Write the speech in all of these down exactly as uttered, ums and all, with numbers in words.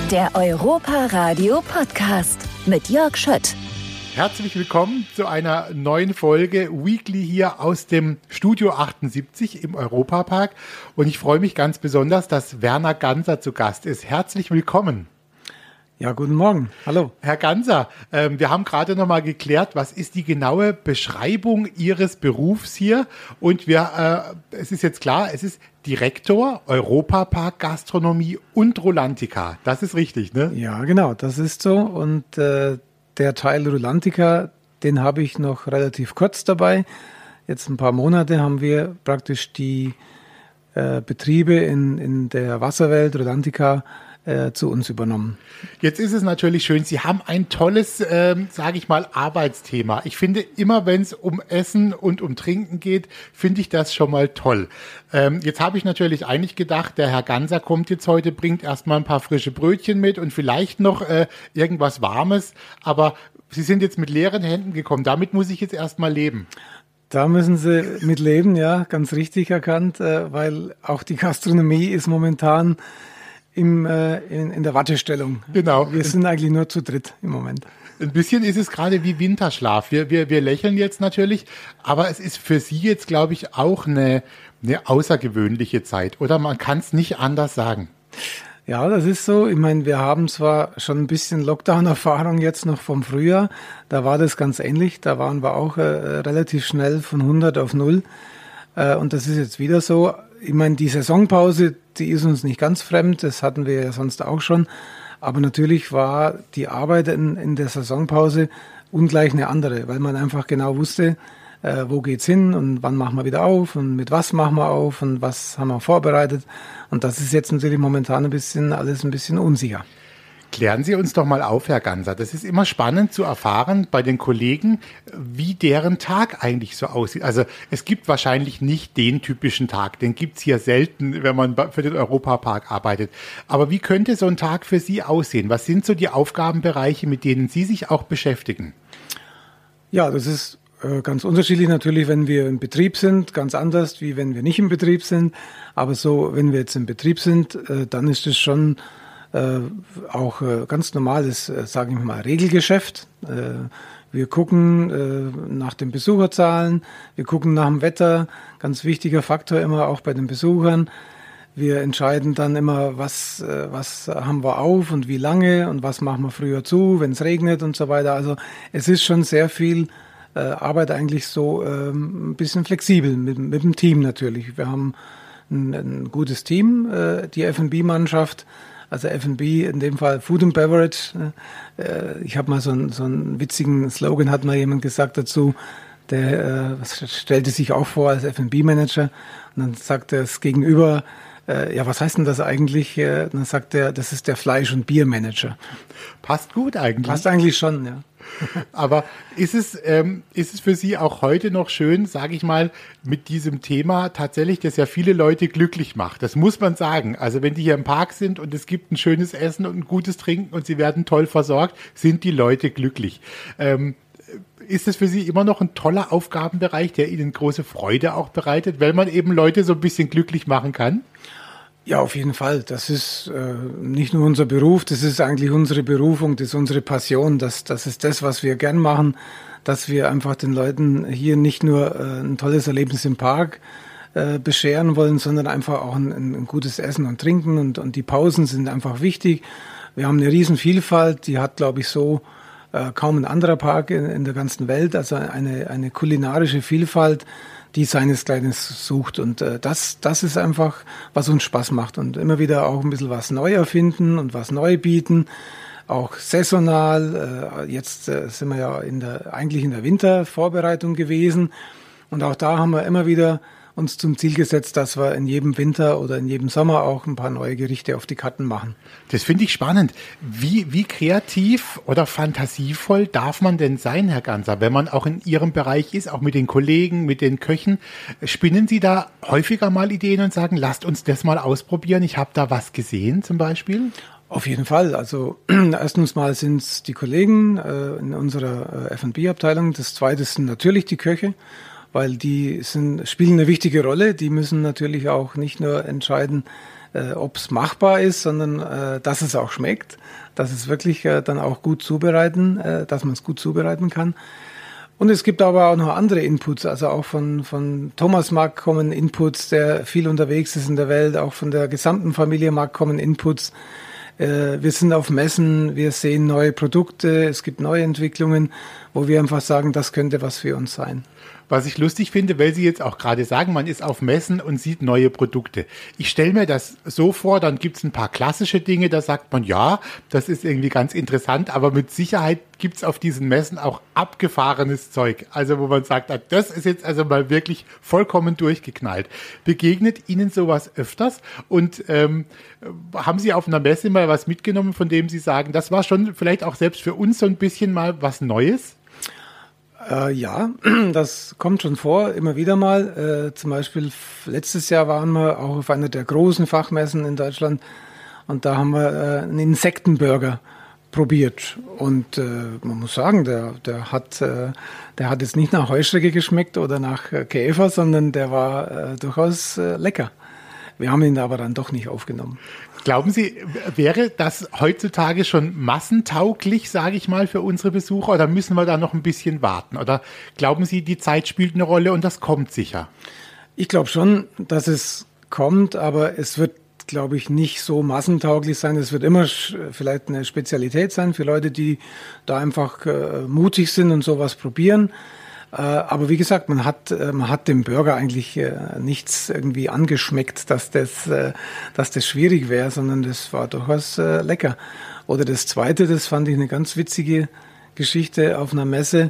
Der Europa Radio Podcast mit Jörg Schött. Herzlich willkommen zu einer neuen Folge Weekly hier aus dem Studio achtundsiebzig im Europapark. Und ich freue mich ganz besonders, dass Werner Ganser zu Gast ist. Herzlich willkommen. Ja, guten Morgen. Hallo. Herr Ganser, äh, wir haben gerade noch mal geklärt, was ist die genaue Beschreibung Ihres Berufs hier? Und wir, äh, es ist jetzt klar, es ist Direktor Europapark Gastronomie und Rulantica. Das ist richtig, ne? Ja, genau, das ist so. Und äh, der Teil Rulantica, den habe ich noch relativ kurz dabei. Jetzt ein paar Monate haben wir praktisch die äh, Betriebe in, in der Wasserwelt Rulantica zu uns übernommen. Jetzt ist es natürlich schön, Sie haben ein tolles, ähm, sage ich mal, Arbeitsthema. Ich finde immer, wenn es um Essen und um Trinken geht, finde ich das schon mal toll. Ähm, jetzt habe ich natürlich eigentlich gedacht, der Herr Ganser kommt jetzt heute, bringt erstmal ein paar frische Brötchen mit und vielleicht noch äh, irgendwas Warmes, aber Sie sind jetzt mit leeren Händen gekommen. Damit muss ich jetzt erstmal leben. Da müssen Sie mit leben, ja, ganz richtig erkannt, äh, weil auch die Gastronomie ist momentan Im, äh, in, in der Wartestellung. Genau. Wir sind eigentlich nur zu dritt im Moment. Ein bisschen ist es gerade wie Winterschlaf. Wir, wir, wir lächeln jetzt natürlich, aber es ist für Sie jetzt, glaube ich, auch eine, eine außergewöhnliche Zeit. Oder man kann es nicht anders sagen. Ja, das ist so. Ich meine, wir haben zwar schon ein bisschen Lockdown-Erfahrung jetzt noch vom Frühjahr. Da war das ganz ähnlich. Da waren wir auch äh, relativ schnell von hundert auf null. Äh, und das ist jetzt wieder so. Ich meine, die Saisonpause, die ist uns nicht ganz fremd, das hatten wir ja sonst auch schon. Aber natürlich war die Arbeit in, in der Saisonpause ungleich eine andere, weil man einfach genau wusste, äh, wo geht's hin und wann machen wir wieder auf und mit was machen wir auf und was haben wir vorbereitet. Und das ist jetzt natürlich momentan ein bisschen alles ein bisschen unsicher. Klären Sie uns doch mal auf, Herr Ganser. Das ist immer spannend zu erfahren bei den Kollegen, wie deren Tag eigentlich so aussieht. Also es gibt wahrscheinlich nicht den typischen Tag, den gibt's hier selten, wenn man für den Europapark arbeitet. Aber wie könnte so ein Tag für Sie aussehen? Was sind so die Aufgabenbereiche, mit denen Sie sich auch beschäftigen? Ja, das ist äh, ganz unterschiedlich natürlich, wenn wir im Betrieb sind, ganz anders, wie wenn wir nicht im Betrieb sind. Aber so, wenn wir jetzt im Betrieb sind, äh, dann ist es schon Äh, auch äh, ganz normales, äh, sage ich mal, Regelgeschäft. Äh, wir gucken äh, nach den Besucherzahlen, wir gucken nach dem Wetter, ganz wichtiger Faktor immer auch bei den Besuchern. Wir entscheiden dann immer, was, äh, was haben wir auf und wie lange und was machen wir früher zu, wenn es regnet und so weiter. Also es ist schon sehr viel äh, Arbeit eigentlich so äh, ein bisschen flexibel mit, mit dem Team natürlich. Wir haben ein, ein gutes Team, äh, die F und B-Mannschaft. Also F und B, in dem Fall Food and Beverage. Ich habe mal so einen, so einen witzigen Slogan, hat mal jemand gesagt dazu, der äh, stellte sich auch vor als F und B-Manager und dann sagt er es gegenüber, äh, ja, was heißt denn das eigentlich? Und dann sagt er, das ist der Fleisch- und Bier-Manager. Passt gut eigentlich. Passt eigentlich schon, ja. Aber ist es, ähm, ist es für Sie auch heute noch schön, sage ich mal, mit diesem Thema tatsächlich, das ja viele Leute glücklich macht? Das muss man sagen. Also wenn die hier im Park sind und es gibt ein schönes Essen und ein gutes Trinken und sie werden toll versorgt, sind die Leute glücklich. Ähm, ist es für Sie immer noch ein toller Aufgabenbereich, der Ihnen große Freude auch bereitet, weil man eben Leute so ein bisschen glücklich machen kann? Ja, auf jeden Fall. Das ist äh, nicht nur unser Beruf, das ist eigentlich unsere Berufung, das ist unsere Passion. Das, das ist das, was wir gern machen, dass wir einfach den Leuten hier nicht nur äh, ein tolles Erlebnis im Park äh, bescheren wollen, sondern einfach auch ein, ein gutes Essen und Trinken und, und die Pausen sind einfach wichtig. Wir haben eine riesen Vielfalt, die hat, glaube ich, so äh, kaum ein anderer Park in, in der ganzen Welt, also eine, eine kulinarische Vielfalt, die seinesgleichen sucht. Und äh, das, das ist einfach, was uns Spaß macht. Und immer wieder auch ein bisschen was neu erfinden und was neu bieten. Auch saisonal. Äh, jetzt äh, sind wir ja in der, eigentlich in der Wintervorbereitung gewesen. Und auch da haben wir immer wieder uns zum Ziel gesetzt, dass wir in jedem Winter oder in jedem Sommer auch ein paar neue Gerichte auf die Karten machen. Das finde ich spannend. Wie, wie kreativ oder fantasievoll darf man denn sein, Herr Ganser, wenn man auch in Ihrem Bereich ist, auch mit den Kollegen, mit den Köchen? Spinnen Sie da häufiger mal Ideen und sagen, lasst uns das mal ausprobieren, ich habe da was gesehen zum Beispiel? Auf jeden Fall. Also erstens mal sind es die Kollegen äh, in unserer äh, F und B-Abteilung. Das zweite sind natürlich die Köche, weil die sind, spielen eine wichtige Rolle. Die müssen natürlich auch nicht nur entscheiden, äh, ob es machbar ist, sondern äh, dass es auch schmeckt, dass es wirklich äh, dann auch gut zubereiten, äh, dass man es gut zubereiten kann. Und es gibt aber auch noch andere Inputs, also auch von, von Thomas Mack kommen Inputs, der viel unterwegs ist in der Welt, auch von der gesamten Familie Mack kommen Inputs. Äh, wir sind auf Messen, wir sehen neue Produkte, es gibt neue Entwicklungen, wo wir einfach sagen, das könnte was für uns sein. Was ich lustig finde, weil Sie jetzt auch gerade sagen, man ist auf Messen und sieht neue Produkte. Ich stelle mir das so vor, dann gibt es ein paar klassische Dinge, da sagt man, ja, das ist irgendwie ganz interessant, aber mit Sicherheit gibt es auf diesen Messen auch abgefahrenes Zeug. Also wo man sagt, das ist jetzt also mal wirklich vollkommen durchgeknallt. Begegnet Ihnen sowas öfters? Und ähm, haben Sie auf einer Messe mal was mitgenommen, von dem Sie sagen, das war schon vielleicht auch selbst für uns so ein bisschen mal was Neues? Äh, ja, das kommt schon vor, immer wieder mal. Äh, zum Beispiel letztes Jahr waren wir auch auf einer der großen Fachmessen in Deutschland und da haben wir äh, einen Insektenburger probiert. Und äh, man muss sagen, der, der, hat, äh, der hat jetzt nicht nach Heuschrecke geschmeckt oder nach äh, Käfer, sondern der war äh, durchaus äh, lecker. Wir haben ihn aber dann doch nicht aufgenommen. Glauben Sie, wäre das heutzutage schon massentauglich, sage ich mal, für unsere Besucher, oder müssen wir da noch ein bisschen warten? Oder glauben Sie, die Zeit spielt eine Rolle und das kommt sicher? Ich glaube schon, dass es kommt, aber es wird, glaube ich, nicht so massentauglich sein. Es wird immer vielleicht eine Spezialität sein für Leute, die da einfach äh, mutig sind und sowas probieren. Aber wie gesagt, man hat, man hat dem Burger eigentlich nichts irgendwie angeschmeckt, dass das, dass das schwierig wäre, sondern das war durchaus lecker. Oder das Zweite, das fand ich eine ganz witzige Geschichte auf einer Messe.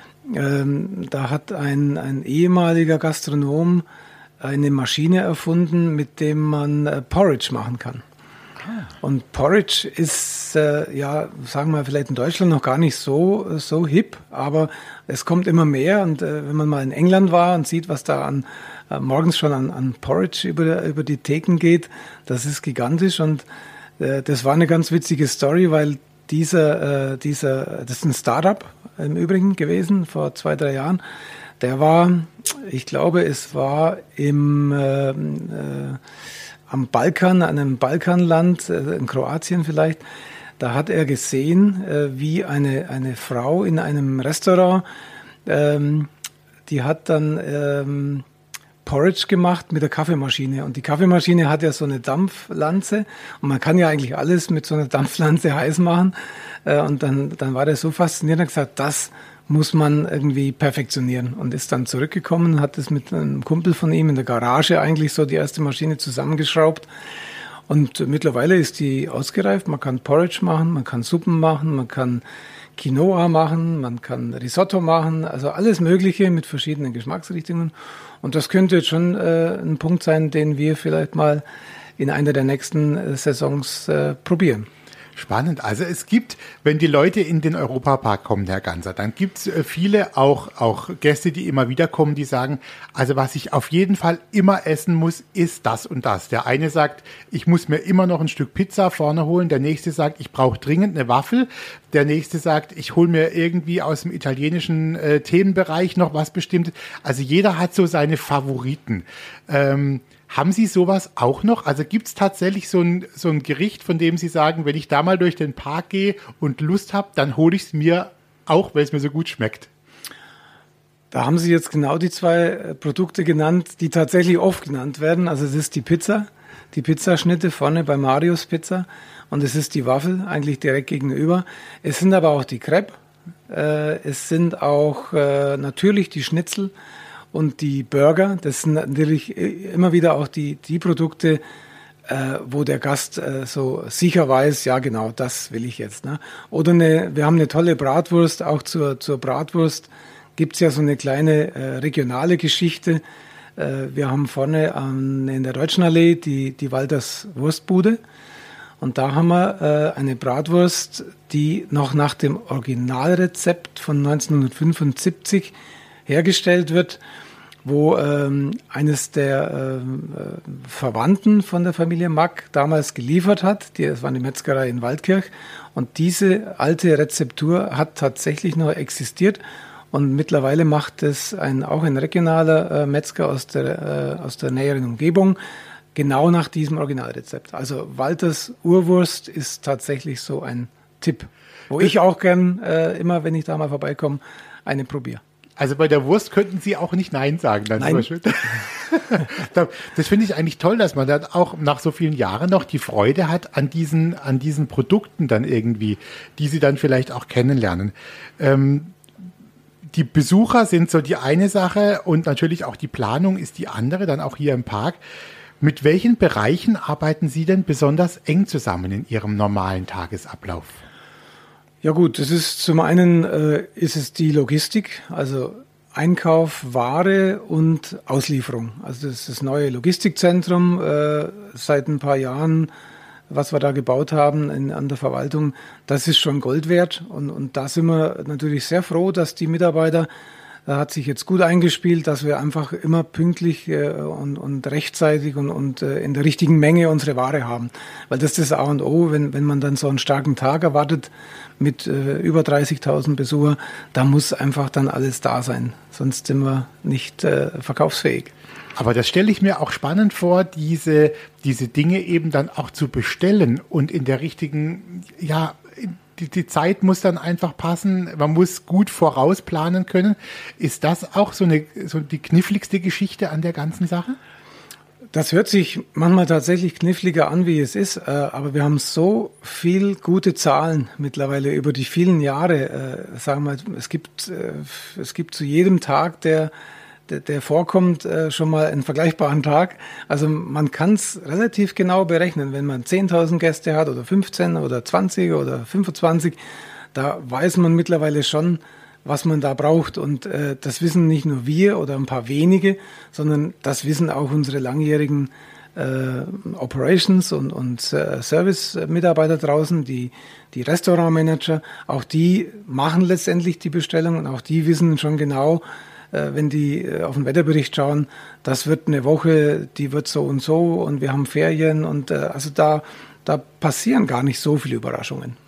Da hat ein, ein ehemaliger Gastronom eine Maschine erfunden, mit dem man Porridge machen kann. Und Porridge ist, äh, ja, sagen wir vielleicht in Deutschland noch gar nicht so, so hip, aber es kommt immer mehr. Und äh, wenn man mal in England war und sieht, was da an, äh, morgens schon an, an Porridge über, über die Theken geht, das ist gigantisch. Und äh, das war eine ganz witzige Story, weil dieser, äh, dieser, das ist ein Startup im Übrigen gewesen, vor zwei, drei Jahren. Der war, ich glaube, es war im, äh, äh, am Balkan, einem Balkanland, in Kroatien vielleicht, da hat er gesehen, wie eine, eine Frau in einem Restaurant, ähm, die hat dann ähm, Porridge gemacht mit der Kaffeemaschine. Und die Kaffeemaschine hat ja so eine Dampflanze und man kann ja eigentlich alles mit so einer Dampflanze heiß machen. Äh, und dann, dann war der so fasziniert und hat gesagt, das muss man irgendwie perfektionieren, und ist dann zurückgekommen, hat es mit einem Kumpel von ihm in der Garage eigentlich so die erste Maschine zusammengeschraubt, und mittlerweile ist die ausgereift. Man kann Porridge machen, man kann Suppen machen, man kann Quinoa machen, man kann Risotto machen, also alles Mögliche mit verschiedenen Geschmacksrichtungen, und das könnte jetzt schon äh, ein Punkt sein, den wir vielleicht mal in einer der nächsten äh, Saisons äh, probieren. Spannend. Also es gibt, wenn die Leute in den Europapark kommen, Herr Ganser, dann gibt es viele auch, auch Gäste, die immer wieder kommen, die sagen, also was ich auf jeden Fall immer essen muss, ist das und das. Der eine sagt, ich muss mir immer noch ein Stück Pizza vorne holen. Der nächste sagt, ich brauche dringend eine Waffel. Der nächste sagt, ich hole mir irgendwie aus dem italienischen äh, Themenbereich noch was Bestimmtes. Also jeder hat so seine Favoriten. Ähm, Haben Sie sowas auch noch? Also gibt es tatsächlich so ein, so ein Gericht, von dem Sie sagen, wenn ich da mal durch den Park gehe und Lust habe, dann hole ich es mir auch, weil es mir so gut schmeckt? Da haben Sie jetzt genau die zwei Produkte genannt, die tatsächlich oft genannt werden. Also es ist die Pizza, die Pizzaschnitte vorne bei Marius Pizza, und es ist die Waffel eigentlich direkt gegenüber. Es sind aber auch die Crepe, äh, es sind auch äh, natürlich die Schnitzel und die Burger. Das sind natürlich immer wieder auch die, die Produkte, äh, wo der Gast äh, so sicher weiß, ja genau, das will ich jetzt. Ne? Oder eine, wir haben eine tolle Bratwurst, auch zur, zur Bratwurst gibt es ja so eine kleine äh, regionale Geschichte. Äh, wir haben vorne an, in der Deutschen Allee die, die Walters Wurstbude, und da haben wir äh, eine Bratwurst, die noch nach dem Originalrezept von neunzehnhundertfünfundsiebzig hergestellt wird, wo ähm, eines der äh, Verwandten von der Familie Mack damals geliefert hat. Die, das war eine Metzgerei in Waldkirch. Und diese alte Rezeptur hat tatsächlich noch existiert. Und mittlerweile macht es ein, auch ein regionaler äh, Metzger aus der, äh, aus der näheren Umgebung. genau nach diesem Originalrezept. Also Walters Urwurst ist tatsächlich so ein Tipp, wo ich auch gern äh, immer, wenn ich da mal vorbeikomme, eine probiere. Also bei der Wurst könnten Sie auch nicht Nein sagen, dann Nein. zum Beispiel. Das finde ich eigentlich toll, dass man dann auch nach so vielen Jahren noch die Freude hat an diesen, an diesen Produkten dann irgendwie, die Sie dann vielleicht auch kennenlernen. Ähm, die Besucher sind so die eine Sache und natürlich auch die Planung ist die andere, dann auch hier im Park. Mit welchen Bereichen arbeiten Sie denn besonders eng zusammen in Ihrem normalen Tagesablauf? Ja gut, das ist zum einen äh, ist es die Logistik, also Einkauf, Ware und Auslieferung. Also das ist das neue Logistikzentrum äh, seit ein paar Jahren, was wir da gebaut haben in, an der Verwaltung. Das ist schon Gold wert und, und da sind wir natürlich sehr froh, dass die Mitarbeiter, da hat sich jetzt gut eingespielt, dass wir einfach immer pünktlich äh, und, und rechtzeitig und, und äh, in der richtigen Menge unsere Ware haben. Weil das ist das A und O, wenn, wenn man dann so einen starken Tag erwartet mit äh, über dreißigtausend Besucher, da muss einfach dann alles da sein. Sonst sind wir nicht äh, verkaufsfähig. Aber das stelle ich mir auch spannend vor, diese, diese Dinge eben dann auch zu bestellen und in der richtigen, ja, Die, die Zeit muss dann einfach passen, man muss gut vorausplanen können. Ist das auch so eine so die kniffligste Geschichte an der ganzen Sache? Das hört sich manchmal tatsächlich kniffliger an, wie es ist, aber wir haben so viel gute Zahlen mittlerweile über die vielen Jahre. Sagen wir, es gibt, es gibt zu jedem Tag, der Der, der vorkommt, äh, schon mal einen vergleichbaren Tag. Also man kann es relativ genau berechnen. Wenn man zehntausend Gäste hat oder fünfzehn oder zwanzig oder fünfundzwanzig, da weiß man mittlerweile schon, was man da braucht. Und äh, das wissen nicht nur wir oder ein paar wenige, sondern das wissen auch unsere langjährigen äh, Operations- und, und äh, Service-Mitarbeiter draußen, die, die Restaurantmanager. Auch die machen letztendlich die Bestellung und auch die wissen schon genau, wenn die auf den Wetterbericht schauen, das wird eine Woche, die wird so und so und wir haben Ferien und also da, da passieren gar nicht so viele Überraschungen.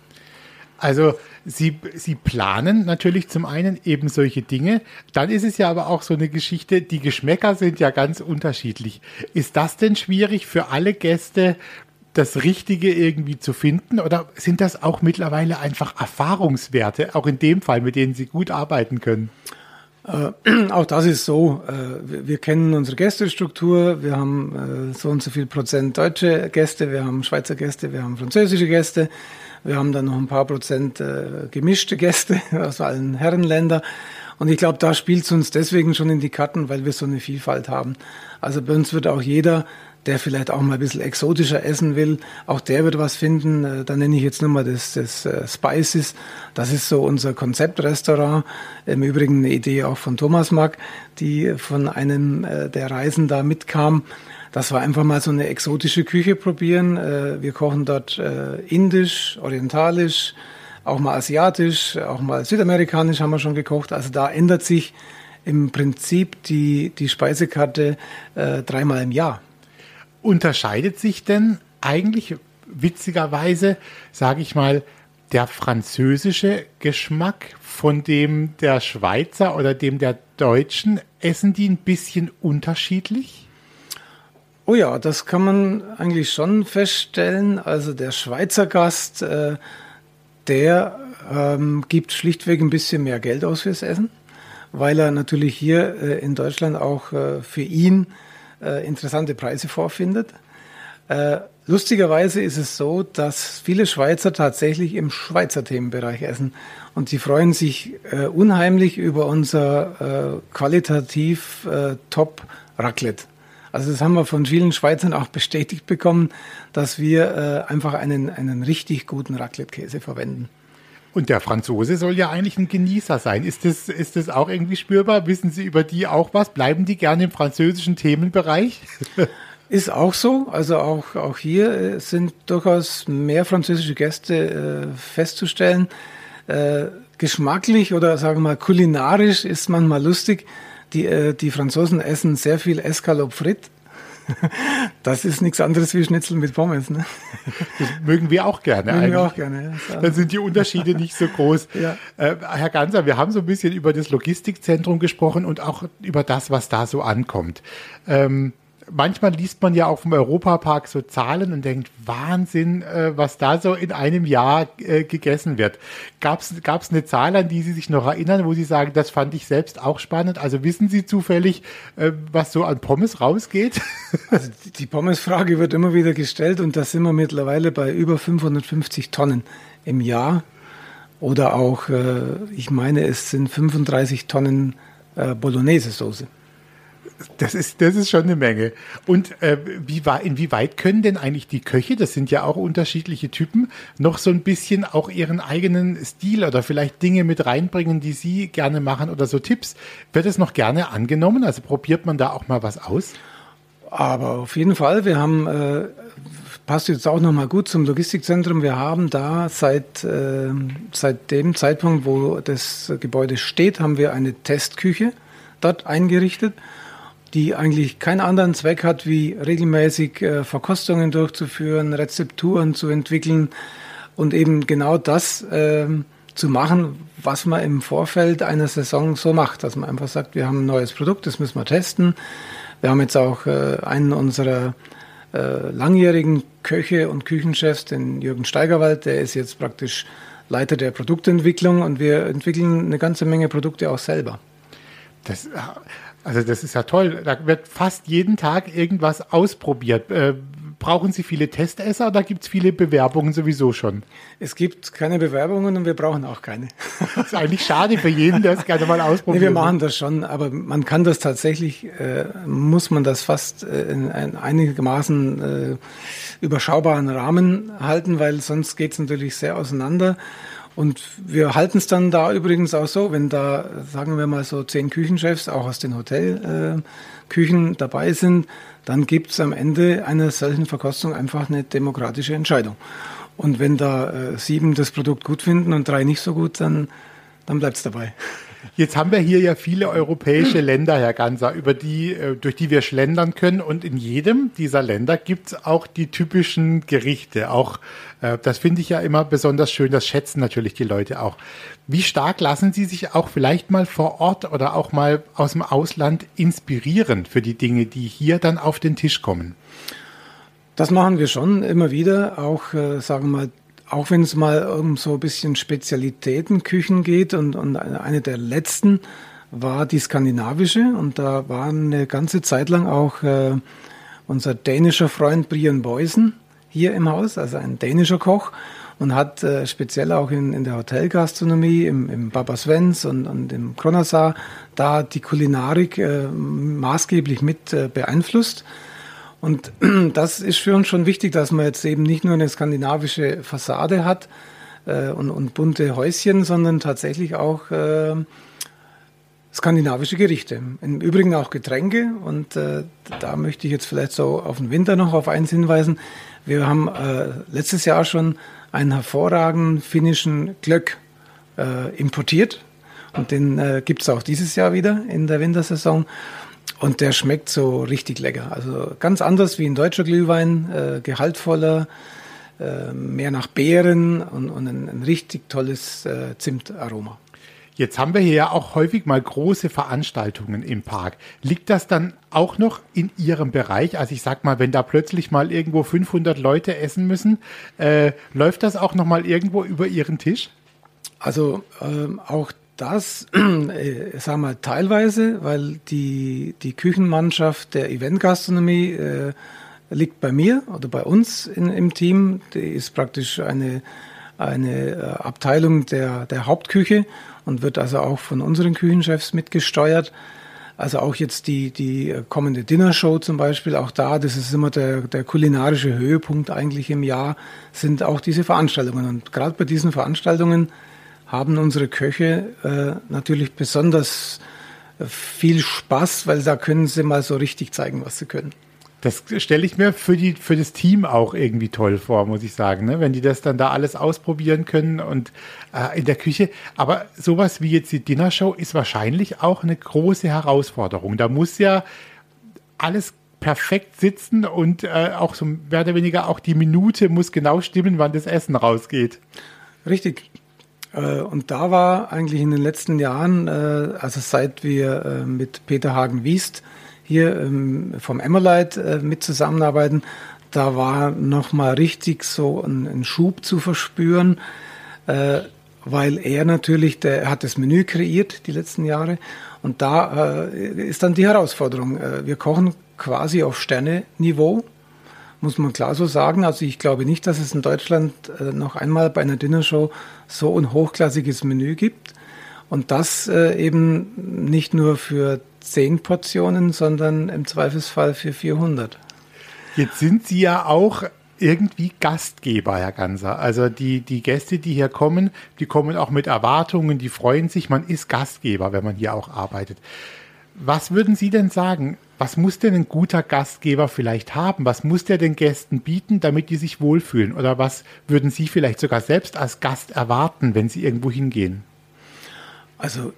Also Sie, Sie planen natürlich zum einen eben solche Dinge, dann ist es ja aber auch so eine Geschichte, die Geschmäcker sind ja ganz unterschiedlich. Ist das denn schwierig für alle Gäste, das Richtige irgendwie zu finden oder sind das auch mittlerweile einfach Erfahrungswerte, auch in dem Fall, mit denen Sie gut arbeiten können? Äh, auch das ist so. Äh, wir, wir kennen unsere Gästestruktur. Wir haben äh, so und so viel Prozent deutsche Gäste, wir haben Schweizer Gäste, wir haben französische Gäste. Wir haben dann noch ein paar Prozent äh, gemischte Gäste aus allen Herrenländern. Und ich glaube, da spielt es uns deswegen schon in die Karten, weil wir so eine Vielfalt haben. Also bei uns wird auch jeder, der vielleicht auch mal ein bisschen exotischer essen will, auch der wird was finden. Da nenne ich jetzt nur mal das, das uh, Spices. Das ist so unser Konzeptrestaurant. Im Übrigen eine Idee auch von Thomas Mack, die von einem uh, der Reisen da mitkam. Das war einfach mal so eine exotische Küche probieren. Uh, wir kochen dort uh, indisch, orientalisch, auch mal asiatisch, auch mal südamerikanisch haben wir schon gekocht. Also da ändert sich im Prinzip die, die Speisekarte uh, dreimal im Jahr. Unterscheidet sich denn eigentlich witzigerweise, sage ich mal, der französische Geschmack von dem der Schweizer oder dem der Deutschen? Essen die ein bisschen unterschiedlich? Oh ja, das kann man eigentlich schon feststellen. Also der Schweizer Gast, äh, der ähm, gibt schlichtweg ein bisschen mehr Geld aus fürs Essen, weil er natürlich hier äh, in Deutschland auch äh, für ihn Äh, interessante Preise vorfindet. Äh, lustigerweise ist es so, dass viele Schweizer tatsächlich im Schweizer Themenbereich essen und die freuen sich äh, unheimlich über unser äh, qualitativ äh, Top Raclette. Also das haben wir von vielen Schweizern auch bestätigt bekommen, dass wir äh, einfach einen, einen richtig guten Raclette-Käse verwenden. Und der Franzose soll ja eigentlich ein Genießer sein. Ist das, ist das auch irgendwie spürbar? Wissen Sie über die auch was? Bleiben die gerne im französischen Themenbereich? Ist auch so. Also auch, auch hier sind durchaus mehr französische Gäste äh, festzustellen. Äh, geschmacklich oder sagen wir mal kulinarisch ist manchmal lustig. Die, äh, die Franzosen essen sehr viel Escalope frites. Das ist nichts anderes wie Schnitzel mit Pommes. Ne? Das mögen wir auch gerne. Mögen eigentlich. wir auch gerne. Ja. Dann sind die Unterschiede nicht so groß. Ja. Äh, Herr Ganser, wir haben so ein bisschen über das Logistikzentrum gesprochen und auch über das, was da so ankommt. Ähm, manchmal liest man ja auch vom Europapark so Zahlen und denkt, Wahnsinn, äh, was da so in einem Jahr äh, gegessen wird. Gab es eine Zahl, an die Sie sich noch erinnern, wo Sie sagen, das fand ich selbst auch spannend? Also wissen Sie zufällig, äh, was so an Pommes rausgeht? Also die, die Pommesfrage wird immer wieder gestellt und da sind wir mittlerweile bei über fünfhundertfünfzig Tonnen im Jahr. Oder auch, äh, ich meine, es sind fünfunddreißig Tonnen äh, Bolognese-Soße. Das ist, das ist schon eine Menge. Und äh, wie, inwieweit können denn eigentlich die Köche, das sind ja auch unterschiedliche Typen, noch so ein bisschen auch ihren eigenen Stil oder vielleicht Dinge mit reinbringen, die sie gerne machen oder so Tipps? Wird es noch gerne angenommen? Also probiert man da auch mal was aus? Aber auf jeden Fall, wir haben, äh, passt jetzt auch nochmal gut zum Logistikzentrum, wir haben da seit, äh, seit dem Zeitpunkt, wo das Gebäude steht, haben wir eine Testküche dort eingerichtet, die eigentlich keinen anderen Zweck hat, wie regelmäßig äh, Verkostungen durchzuführen, Rezepturen zu entwickeln und eben genau das äh, zu machen, was man im Vorfeld einer Saison so macht. Dass man einfach sagt, wir haben ein neues Produkt, das müssen wir testen. Wir haben jetzt auch äh, einen unserer äh, langjährigen Köche und Küchenchefs, den Jürgen Steigerwald, der ist jetzt praktisch Leiter der Produktentwicklung und wir entwickeln eine ganze Menge Produkte auch selber. Das, also das ist ja toll. Da wird fast jeden Tag irgendwas ausprobiert. Äh, brauchen Sie viele Testesser oder gibt es viele Bewerbungen sowieso schon? Es gibt keine Bewerbungen und wir brauchen auch keine. Das ist eigentlich schade für jeden, der es gerne mal ausprobiert. Nee, wir machen das schon, aber man kann das tatsächlich, äh, muss man das fast äh, in einen einigermaßen äh, überschaubaren Rahmen halten, weil sonst geht es natürlich sehr auseinander. Und wir halten es dann da übrigens auch so, wenn da, sagen wir mal so, zehn Küchenchefs auch aus den Hotelküchen äh, dabei sind, dann gibt es am Ende einer solchen Verkostung einfach eine demokratische Entscheidung. Und wenn da äh, sieben das Produkt gut finden und drei nicht so gut, dann, dann bleibt es dabei. Jetzt haben wir hier ja viele europäische Länder, Herr Ganser, über die, durch die wir schlendern können. Und in jedem dieser Länder gibt es auch die typischen Gerichte. Auch das finde ich ja immer besonders schön. Das schätzen natürlich die Leute auch. Wie stark lassen Sie sich auch vielleicht mal vor Ort oder auch mal aus dem Ausland inspirieren für die Dinge, die hier dann auf den Tisch kommen? Das machen wir schon immer wieder. Auch, äh, sagen wir mal, Auch wenn es mal um so ein bisschen Spezialitätenküchen geht und, und eine der letzten war die skandinavische und da war eine ganze Zeit lang auch äh, unser dänischer Freund Brian Boysen hier im Haus, also ein dänischer Koch und hat äh, speziell auch in, in der Hotelgastronomie, im, im Baba Svens und, und im Kronasar da die Kulinarik äh, maßgeblich mit äh, beeinflusst. Und das ist für uns schon wichtig, dass man jetzt eben nicht nur eine skandinavische Fassade hat äh, und, und bunte Häuschen, sondern tatsächlich auch äh, skandinavische Gerichte. Im Übrigen auch Getränke und äh, da möchte ich jetzt vielleicht so auf den Winter noch auf eins hinweisen. Wir haben äh, letztes Jahr schon einen hervorragenden finnischen Glögg äh, importiert und den äh, gibt es auch dieses Jahr wieder in der Wintersaison. Und der schmeckt so richtig lecker. Also ganz anders wie ein deutscher Glühwein, äh, gehaltvoller, äh, mehr nach Beeren und, und ein, ein richtig tolles äh, Zimtaroma. Jetzt haben wir hier ja auch häufig mal große Veranstaltungen im Park. Liegt das dann auch noch in Ihrem Bereich? Also ich sag mal, wenn da plötzlich mal irgendwo fünfhundert Leute essen müssen, äh, läuft das auch noch mal irgendwo über Ihren Tisch? Also ähm, auch Das, äh, sagen wir teilweise, weil die, die Küchenmannschaft der Eventgastronomie äh, liegt bei mir oder bei uns in, im Team. Die ist praktisch eine, eine äh, Abteilung der, der Hauptküche und wird also auch von unseren Küchenchefs mitgesteuert. Also auch jetzt die, die kommende Dinnershow zum Beispiel, auch da, das ist immer der, der kulinarische Höhepunkt eigentlich im Jahr, sind auch diese Veranstaltungen. Und gerade bei diesen Veranstaltungen haben unsere Köche äh, natürlich besonders äh, viel Spaß, weil da können sie mal so richtig zeigen, was sie können. Das stelle ich mir für, die, für das Team auch irgendwie toll vor, muss ich sagen, ne? Wenn die das dann da alles ausprobieren können und äh, in der Küche. Aber sowas wie jetzt die Dinnershow ist wahrscheinlich auch eine große Herausforderung. Da muss ja alles perfekt sitzen und äh, auch so mehr oder weniger auch die Minute muss genau stimmen, wann das Essen rausgeht. Richtig. Und da war eigentlich in den letzten Jahren, also seit wir mit Peter Hagen-Wiest hier ähm, vom Emmerleit äh, mit zusammenarbeiten, da war nochmal richtig so ein, ein Schub zu verspüren, äh, weil er natürlich, der er hat das Menü kreiert die letzten Jahre und da äh, ist dann die Herausforderung. Äh, wir kochen quasi auf Sterne-Niveau, muss man klar so sagen. Also ich glaube nicht, dass es in Deutschland äh, noch einmal bei einer Dinnershow so ein hochklassiges Menü gibt. Und das äh, eben nicht nur für zehn Portionen, sondern im Zweifelsfall für vierhundert. Jetzt sind Sie ja auch irgendwie Gastgeber, Herr Ganser. Also die, die Gäste, die hier kommen, die kommen auch mit Erwartungen, die freuen sich. Man ist Gastgeber, wenn man hier auch arbeitet. Was würden Sie denn sagen? Was muss denn ein guter Gastgeber vielleicht haben? Was muss der den Gästen bieten, damit die sich wohlfühlen? Oder was würden Sie vielleicht sogar selbst als Gast erwarten, wenn Sie irgendwo hingehen? Also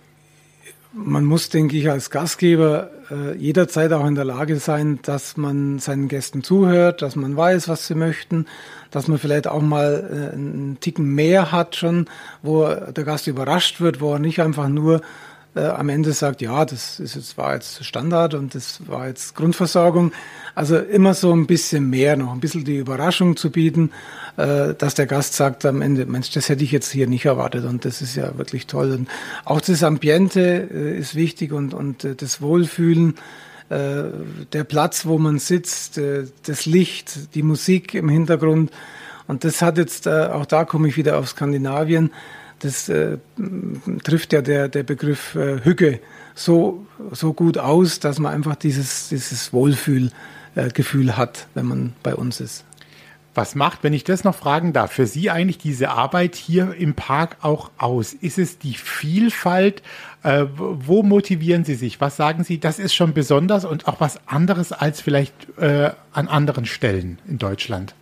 man muss, denke ich, als Gastgeber äh, jederzeit auch in der Lage sein, dass man seinen Gästen zuhört, dass man weiß, was sie möchten, dass man vielleicht auch mal äh, einen Ticken mehr hat schon, wo der Gast überrascht wird, wo er nicht einfach nur äh, am Ende sagt, ja, das ist jetzt, war jetzt Standard und das war jetzt Grundversorgung. Also immer so ein bisschen mehr noch, ein bisschen die Überraschung zu bieten, äh, dass der Gast sagt am Ende, Mensch, das hätte ich jetzt hier nicht erwartet und das ist ja wirklich toll. Und auch das Ambiente äh, ist wichtig und, und äh, das Wohlfühlen, äh, der Platz, wo man sitzt, äh, das Licht, die Musik im Hintergrund. Und das hat jetzt, äh, auch da komme ich wieder auf Skandinavien, das äh, trifft ja der, der Begriff äh, Hygge so, so gut aus, dass man einfach dieses, dieses Wohlfühlgefühl äh, hat, wenn man bei uns ist. Was macht, wenn ich das noch fragen darf, für Sie eigentlich diese Arbeit hier im Park auch aus? Ist es die Vielfalt? Äh, wo motivieren Sie sich? Was sagen Sie, das ist schon besonders und auch was anderes als vielleicht äh, an anderen Stellen in Deutschland?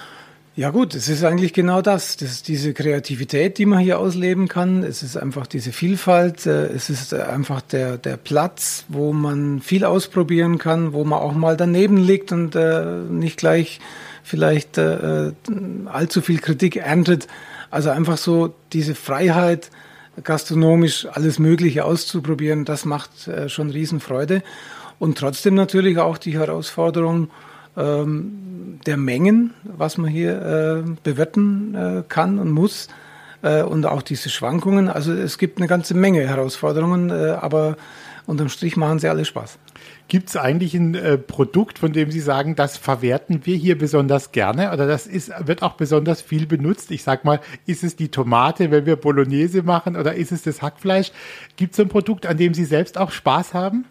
Ja gut, es ist eigentlich genau das. Das ist diese Kreativität, die man hier ausleben kann. Es ist einfach diese Vielfalt. Es ist einfach der, der Platz, wo man viel ausprobieren kann, wo man auch mal daneben liegt und äh, nicht gleich vielleicht äh, allzu viel Kritik erntet. Also einfach so diese Freiheit, gastronomisch alles Mögliche auszuprobieren, das macht äh, schon Riesenfreude. Und trotzdem natürlich auch die Herausforderung, der Mengen, was man hier äh, bewirten äh, kann und muss äh, und auch diese Schwankungen. Also es gibt eine ganze Menge Herausforderungen, äh, aber unterm Strich machen sie alle Spaß. Gibt es eigentlich ein äh, Produkt, von dem Sie sagen, das verwerten wir hier besonders gerne oder das ist, wird auch besonders viel benutzt? Ich sag mal, ist es die Tomate, wenn wir Bolognese machen oder ist es das Hackfleisch? Gibt es ein Produkt, an dem Sie selbst auch Spaß haben?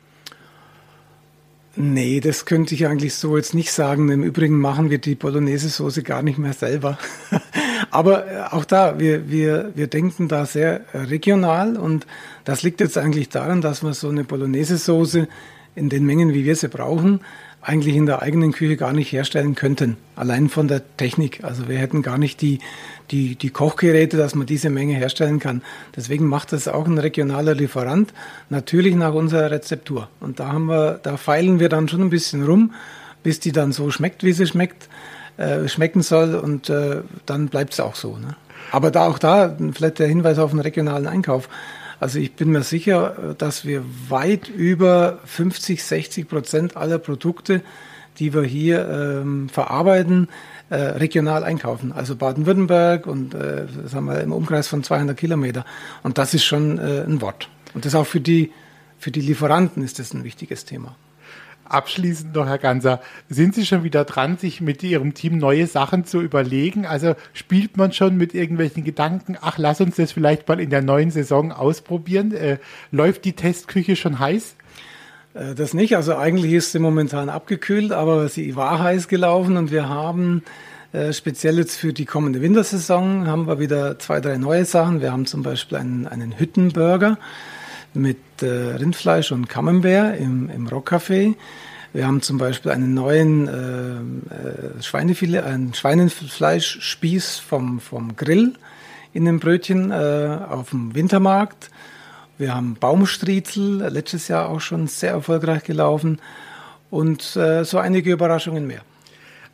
Nee, das könnte ich eigentlich so jetzt nicht sagen. Im Übrigen machen wir die Bolognese-Soße gar nicht mehr selber. Aber auch da, wir, wir, wir denken da sehr regional und das liegt jetzt eigentlich daran, dass wir so eine Bolognese-Soße in den Mengen, wie wir sie brauchen, eigentlich in der eigenen Küche gar nicht herstellen könnten. Allein von der Technik. Also wir hätten gar nicht die, die, die Kochgeräte, dass man diese Menge herstellen kann. Deswegen macht das auch ein regionaler Lieferant, natürlich nach unserer Rezeptur. Und da haben wir, da feilen wir dann schon ein bisschen rum, bis die dann so schmeckt, wie sie schmeckt, äh, schmecken soll. Und äh, dann bleibt es auch so. Ne? Aber da auch da vielleicht der Hinweis auf einen regionalen Einkauf. Also ich bin mir sicher, dass wir weit über fünfzig, sechzig Prozent aller Produkte, die wir hier ähm, verarbeiten, äh, regional einkaufen. Also Baden-Württemberg und äh, sagen wir, im Umkreis von zweihundert Kilometer. Und das ist schon äh, ein Wort. Und das auch für die, für die Lieferanten ist das ein wichtiges Thema. Abschließend noch, Herr Ganser, sind Sie schon wieder dran, sich mit Ihrem Team neue Sachen zu überlegen? Also spielt man schon mit irgendwelchen Gedanken, ach, lass uns das vielleicht mal in der neuen Saison ausprobieren? Äh, läuft die Testküche schon heiß? Äh, das nicht, also eigentlich ist sie momentan abgekühlt, aber sie war heiß gelaufen und wir haben äh, speziell jetzt für die kommende Wintersaison haben wir wieder zwei, drei neue Sachen. Wir haben zum Beispiel einen, einen Hüttenburger mit äh, Rindfleisch und Camembert im, im Rockcafé. Wir haben zum Beispiel einen neuen äh, Schweinefilet, einen Schweinefleischspieß vom, vom Grill in dem Brötchen äh, auf dem Wintermarkt. Wir haben Baumstriezel, letztes Jahr auch schon sehr erfolgreich gelaufen und äh, so einige Überraschungen mehr.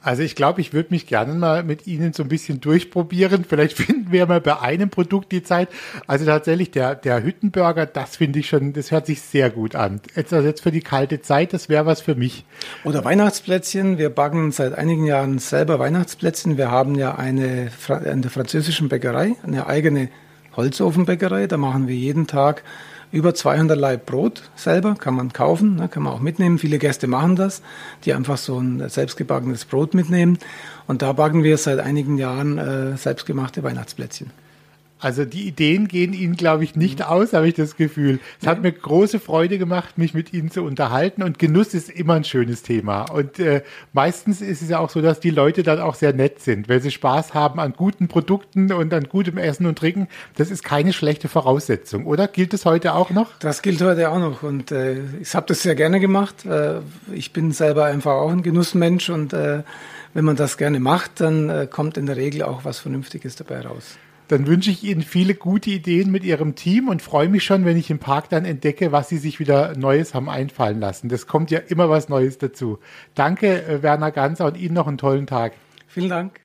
Also ich glaube, ich würde mich gerne mal mit Ihnen so ein bisschen durchprobieren. Vielleicht finden wir mal bei einem Produkt die Zeit. Also tatsächlich der, der Hüttenburger, das finde ich schon, das hört sich sehr gut an. Jetzt, also jetzt für die kalte Zeit, das wäre was für mich. Oder Weihnachtsplätzchen. Wir backen seit einigen Jahren selber Weihnachtsplätzchen. Wir haben ja eine in der französischen Bäckerei, eine eigene Holzofenbäckerei. Da machen wir jeden Tag über zweihundert Laib Brot selber, kann man kaufen, ne, kann man auch mitnehmen. Viele Gäste machen das, die einfach so ein selbstgebackenes Brot mitnehmen. Und da backen wir seit einigen Jahren äh, selbstgemachte Weihnachtsplätzchen. Also die Ideen gehen Ihnen, glaube ich, nicht aus, habe ich das Gefühl. Es hat mir große Freude gemacht, mich mit Ihnen zu unterhalten und Genuss ist immer ein schönes Thema. Und äh, meistens ist es ja auch so, dass die Leute dann auch sehr nett sind, weil sie Spaß haben an guten Produkten und an gutem Essen und Trinken. Das ist keine schlechte Voraussetzung, oder? Gilt es heute auch noch? Das gilt heute auch noch und äh, ich habe das sehr gerne gemacht. Äh, ich bin selber einfach auch ein Genussmensch und äh, wenn man das gerne macht, dann äh, kommt in der Regel auch was Vernünftiges dabei raus. Dann wünsche ich Ihnen viele gute Ideen mit Ihrem Team und freue mich schon, wenn ich im Park dann entdecke, was Sie sich wieder Neues haben einfallen lassen. Das kommt ja immer was Neues dazu. Danke, Werner Ganser, und Ihnen noch einen tollen Tag. Vielen Dank.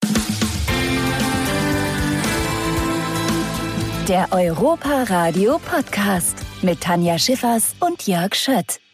Der Europa Radio Podcast mit Tanja Schiffers und Jörg Schött.